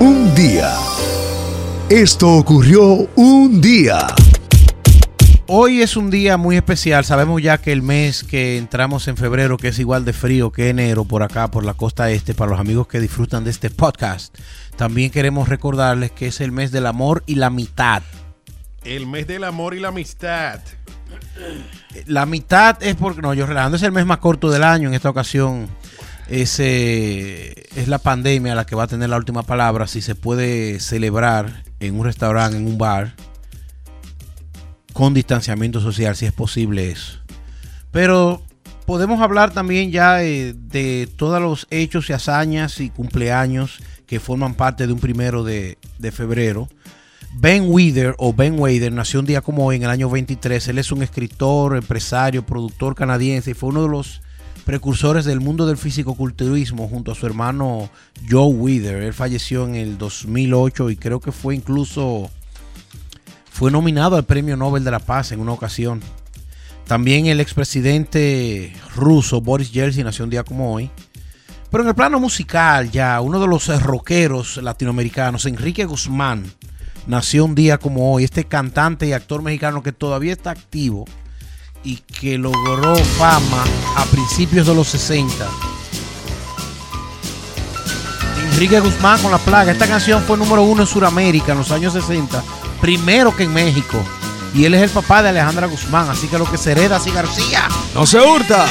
Un día. Esto ocurrió un día. Hoy es un día muy especial. Sabemos ya que el mes que entramos en febrero, que es igual de frío que enero por acá, por la costa este, para los amigos que disfrutan de este podcast. También queremos recordarles que es el mes del amor y la mitad. El mes del amor y la amistad. La mitad es porque, no, yo relajando, es el mes más corto del año. En esta ocasión es la pandemia la que va a tener la última palabra. Si se puede celebrar en un restaurante, en un bar, con distanciamiento social, si es posible eso. Pero podemos hablar también ya de todos los hechos y hazañas y cumpleaños que forman parte de un 1 de febrero. Ben Weider nació un día como hoy en el año 23. Él es un escritor, empresario, productor canadiense y fue uno de los precursores del mundo del fisicoculturismo junto a su hermano Joe Weider. Él falleció en el 2008 y creo que fue nominado al Premio Nobel de la Paz en una ocasión. También el expresidente ruso Boris Yeltsin nació un día como hoy. Pero en el plano musical ya, uno de los rockeros latinoamericanos, Enrique Guzmán, nació un día como hoy. Este cantante y actor mexicano que todavía está activo y que logró fama a principios de los 60. Enrique Guzmán con La Plaga. Esta canción fue número 1 en Sudamérica en los años 60, primero que en México. Y él es el papá de Alejandra Guzmán, así que lo que se hereda, así García. No se hurta.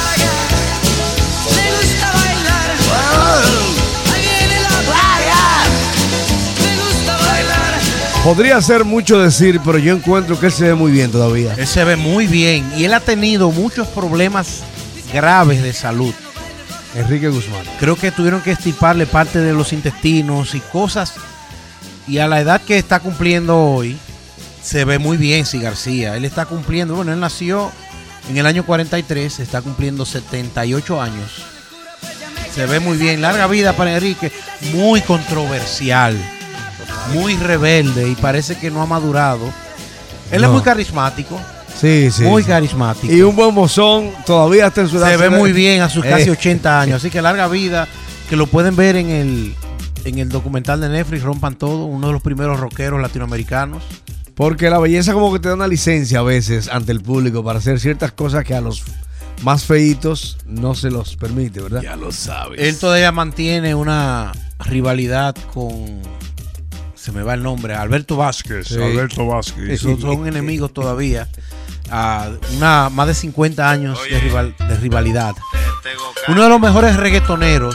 Podría ser mucho decir, pero yo encuentro que él se ve muy bien todavía. Él se ve muy bien y él ha tenido muchos problemas graves de salud. Enrique Guzmán. Creo que tuvieron que extirparle parte de los intestinos y cosas. Y a la edad que está cumpliendo hoy, se ve muy bien, sí, García. Él está cumpliendo, bueno, él nació en el año 43, está cumpliendo 78 años. Se ve muy bien. Larga vida para Enrique. Muy controversial, muy rebelde y parece que no ha madurado. Él es muy carismático. Sí, sí. Muy carismático. Y un buen mozón, todavía está en su edad. Se ve muy bien a sus casi 80 años. Así que larga vida, que lo pueden ver en el documental de Netflix, Rompan Todo, uno de los primeros rockeros latinoamericanos. Porque la belleza como que te da una licencia a veces ante el público para hacer ciertas cosas que a los más feitos no se los permite, ¿verdad? Ya lo sabes. Él todavía mantiene una rivalidad con, se me va el nombre, Alberto Vázquez. Sí. Alberto Vázquez. Son enemigos todavía. Más de 50 años de rivalidad. Uno de los mejores reggaetoneros.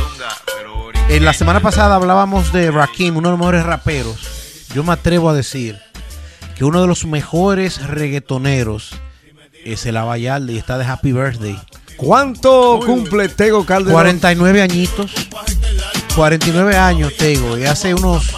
En la semana pasada hablábamos de Rakim, uno de los mejores raperos. Yo me atrevo a decir que uno de los mejores reggaetoneros es el Abayalde y está de Happy Birthday. ¿Cuánto cumple Tego Calderón? 49 añitos. 49 años Tego. Y hace unos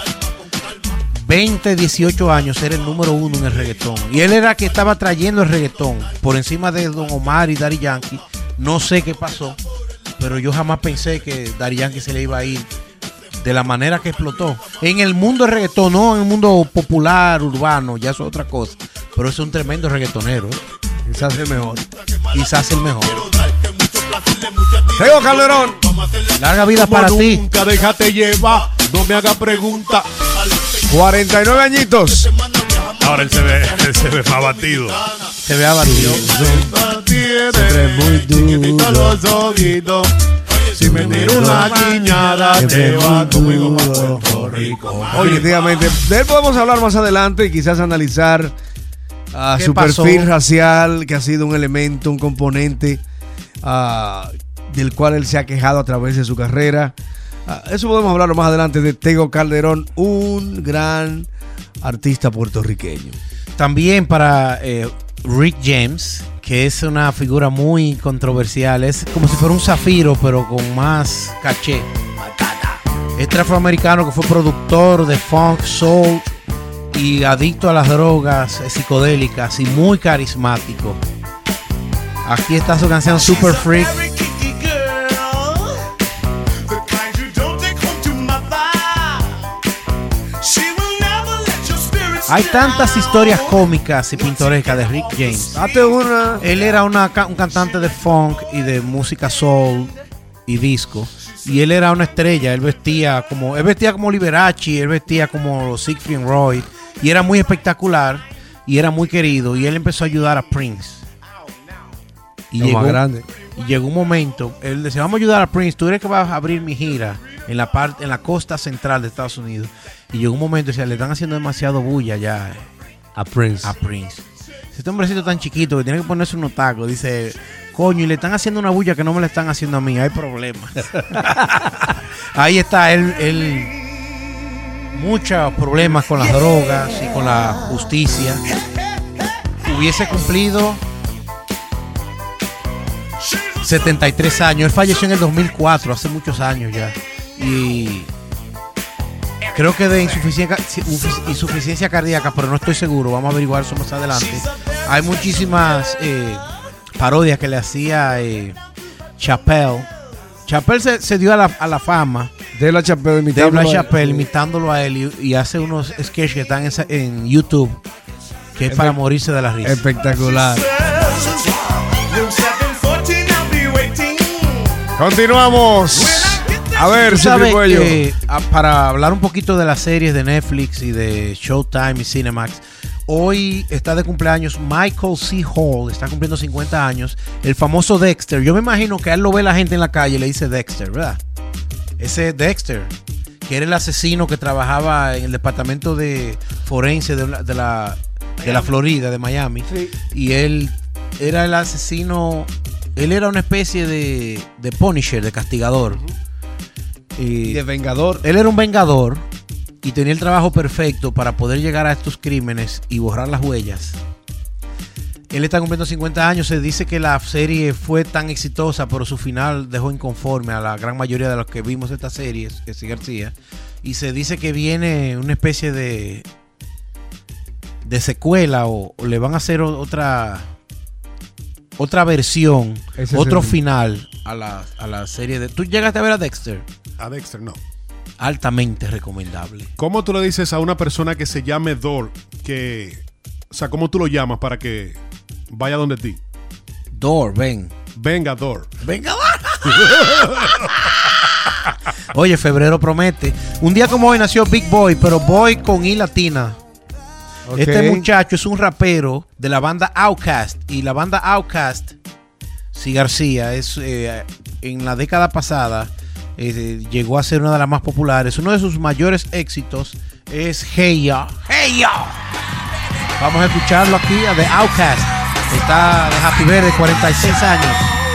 20, 18 años era el número 1 en el reggaetón. Y él era el que estaba trayendo el reggaetón por encima de Don Omar y Daddy Yankee. No sé qué pasó, pero yo jamás pensé que Daddy Yankee se le iba a ir de la manera que explotó. En el mundo del reggaetón, no en el mundo popular, urbano, ya eso es otra cosa. Pero es un tremendo reggaetonero. Quizás el mejor. Quizás el mejor. Tego Calderón. Larga vida para ti. Nunca déjate llevar, no me haga pregunta. 49 añitos. Ahora él se ve más batido. Se ve abatido. Muy duro. Si me tiro una guiñada, te va conmigo para Puerto Rico. Oye, efectivamente, de él podemos hablar más adelante y quizás analizar su perfil racial, que ha sido un elemento, un componente del cual él se ha quejado a través de su carrera. Eso podemos hablarlo más adelante de Tego Calderón, un gran artista puertorriqueño. También para Rick James, que es una figura muy controversial. Es como si fuera un zafiro, pero con más caché. Este afroamericano que fue productor de funk, soul y adicto a las drogas psicodélicas y muy carismático. Aquí está su canción Super Freak. Hay tantas historias cómicas y pintorescas de Rick James. Date una. Él era un cantante de funk y de música soul y disco. Y él era una estrella, él vestía como Liberace, él vestía como Siegfried Roy, y era muy espectacular y era muy querido, y él empezó a ayudar a Prince. Y más grande. Y llegó un momento, él decía, vamos a ayudar a Prince, tú eres que vas a abrir mi gira en la costa central de Estados Unidos. Y llegó un momento, decía, le están haciendo demasiado bulla ya a Prince. Este hombrecito tan chiquito que tiene que ponerse unos tacos, dice, coño, y le están haciendo una bulla que no me la están haciendo a mí, hay problemas. Ahí está él muchos problemas con las drogas y con la justicia. Hubiese cumplido 73 años. Él falleció en el 2004, hace muchos años ya. Y creo que de insuficiencia cardíaca, pero no estoy seguro. Vamos a averiguar eso más adelante. Hay muchísimas parodias que le hacía Chappelle. Chappelle se dio a la fama de la Chappelle imitándolo a él y hace unos sketches que están en YouTube que es para morirse de la risa. Espectacular. Continuamos. A ver, para hablar un poquito de las series de Netflix y de Showtime y Cinemax, hoy está de cumpleaños Michael C. Hall, está cumpliendo 50 años, el famoso Dexter. Yo me imagino que a él lo ve la gente en la calle y le dice Dexter, ¿verdad? Ese Dexter, que era el asesino que trabajaba en el departamento de forense de la Florida, de Miami. Sí. Y él era el asesino, él era una especie de Punisher, de castigador. Y de vengador. Él era un vengador y tenía el trabajo perfecto para poder llegar a estos crímenes y borrar las huellas. Él está cumpliendo 50 años. Se dice que la serie fue tan exitosa, pero su final dejó inconforme a la gran mayoría de los que vimos esta serie, que García. Y se dice que viene una especie de secuela o le van a hacer otra versión, otro final a la serie de... ¿Tú llegaste a ver a Dexter? A Dexter, no. Altamente recomendable. ¿Cómo tú le dices a una persona que se llame Dor o sea, cómo tú lo llamas para que vaya donde ti? Dor, ven. Venga, Dor. Venga, Dor. Oye, febrero promete. Un día como hoy nació Big Boy, pero Boy con I latina. Okay. Este muchacho es un rapero de la banda Outkast. Y la banda Outkast, sí, García, es en la década pasada llegó a ser una de las más populares. Uno de sus mayores éxitos es Hey Ya. Hey Ya. Vamos a escucharlo aquí a The Outkast. Está de Happy Verde, 46 años.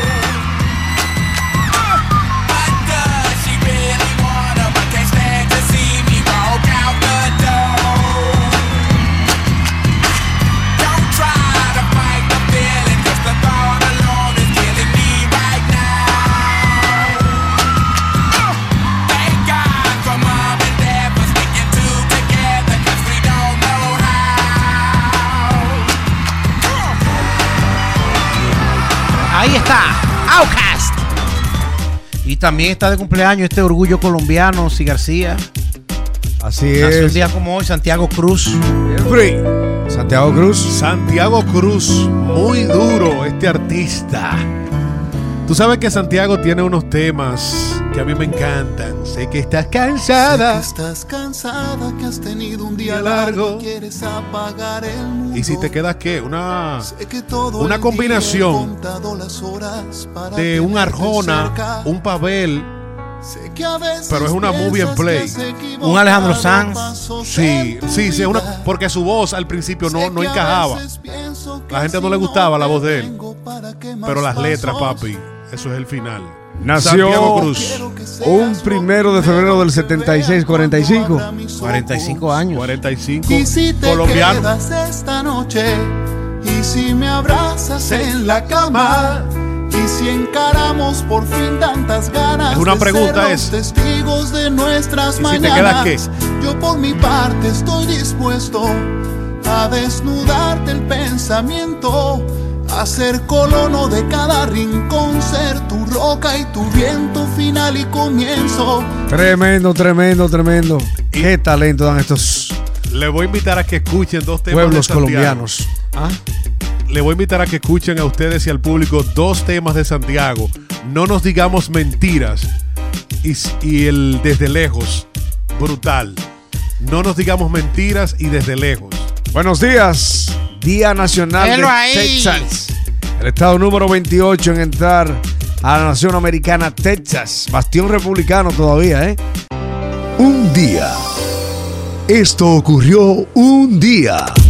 Ahí está, Outkast. Y también está de cumpleaños este orgullo colombiano, sí, García. Así Nació es. Un día como hoy, Santiago Cruz. Santiago Cruz. Santiago Cruz, muy duro este artista. Tú sabes que Santiago tiene unos temas que a mí me encantan. Sé que estás cansada. Sé que estás cansada, que has tenido un día largo. Quieres apagar el mundo. ¿Y si te quedas qué? Una combinación de un Arjona, un Pavel, pero es una movie and play. Un Alejandro Sanz. Sí, es porque su voz al principio no encajaba. La gente no le gustaba la voz de él. Pero las letras, papi, eso es el final. Nació Santiago Cruz. un 1 de febrero del 76, 45. 45 años. 45. Y si te colombiano. quedas esta noche, y si me abrazas en la cama, y si encaramos por fin tantas ganas. Es una pregunta, de ser los testigos de nuestras ¿Y mañanas. si te quedas qué? Yo por mi parte estoy dispuesto a desnudarte el pensamiento, a ser colono de cada rincón, ser tu roca y tu viento final y comienzo. Tremendo. Qué talento dan estos Le voy a invitar a que escuchen dos temas pueblos de Santiago. colombianos. ¿Ah? Le voy a invitar a que escuchen a ustedes y al público dos temas de Santiago. No nos digamos mentiras. y el desde lejos, brutal. No nos digamos mentiras y desde lejos. Buenos días, Día Nacional de Texas. El estado número 28 en entrar a la nación americana, Texas. Bastión republicano todavía, ¿eh? Un día. Esto ocurrió un día.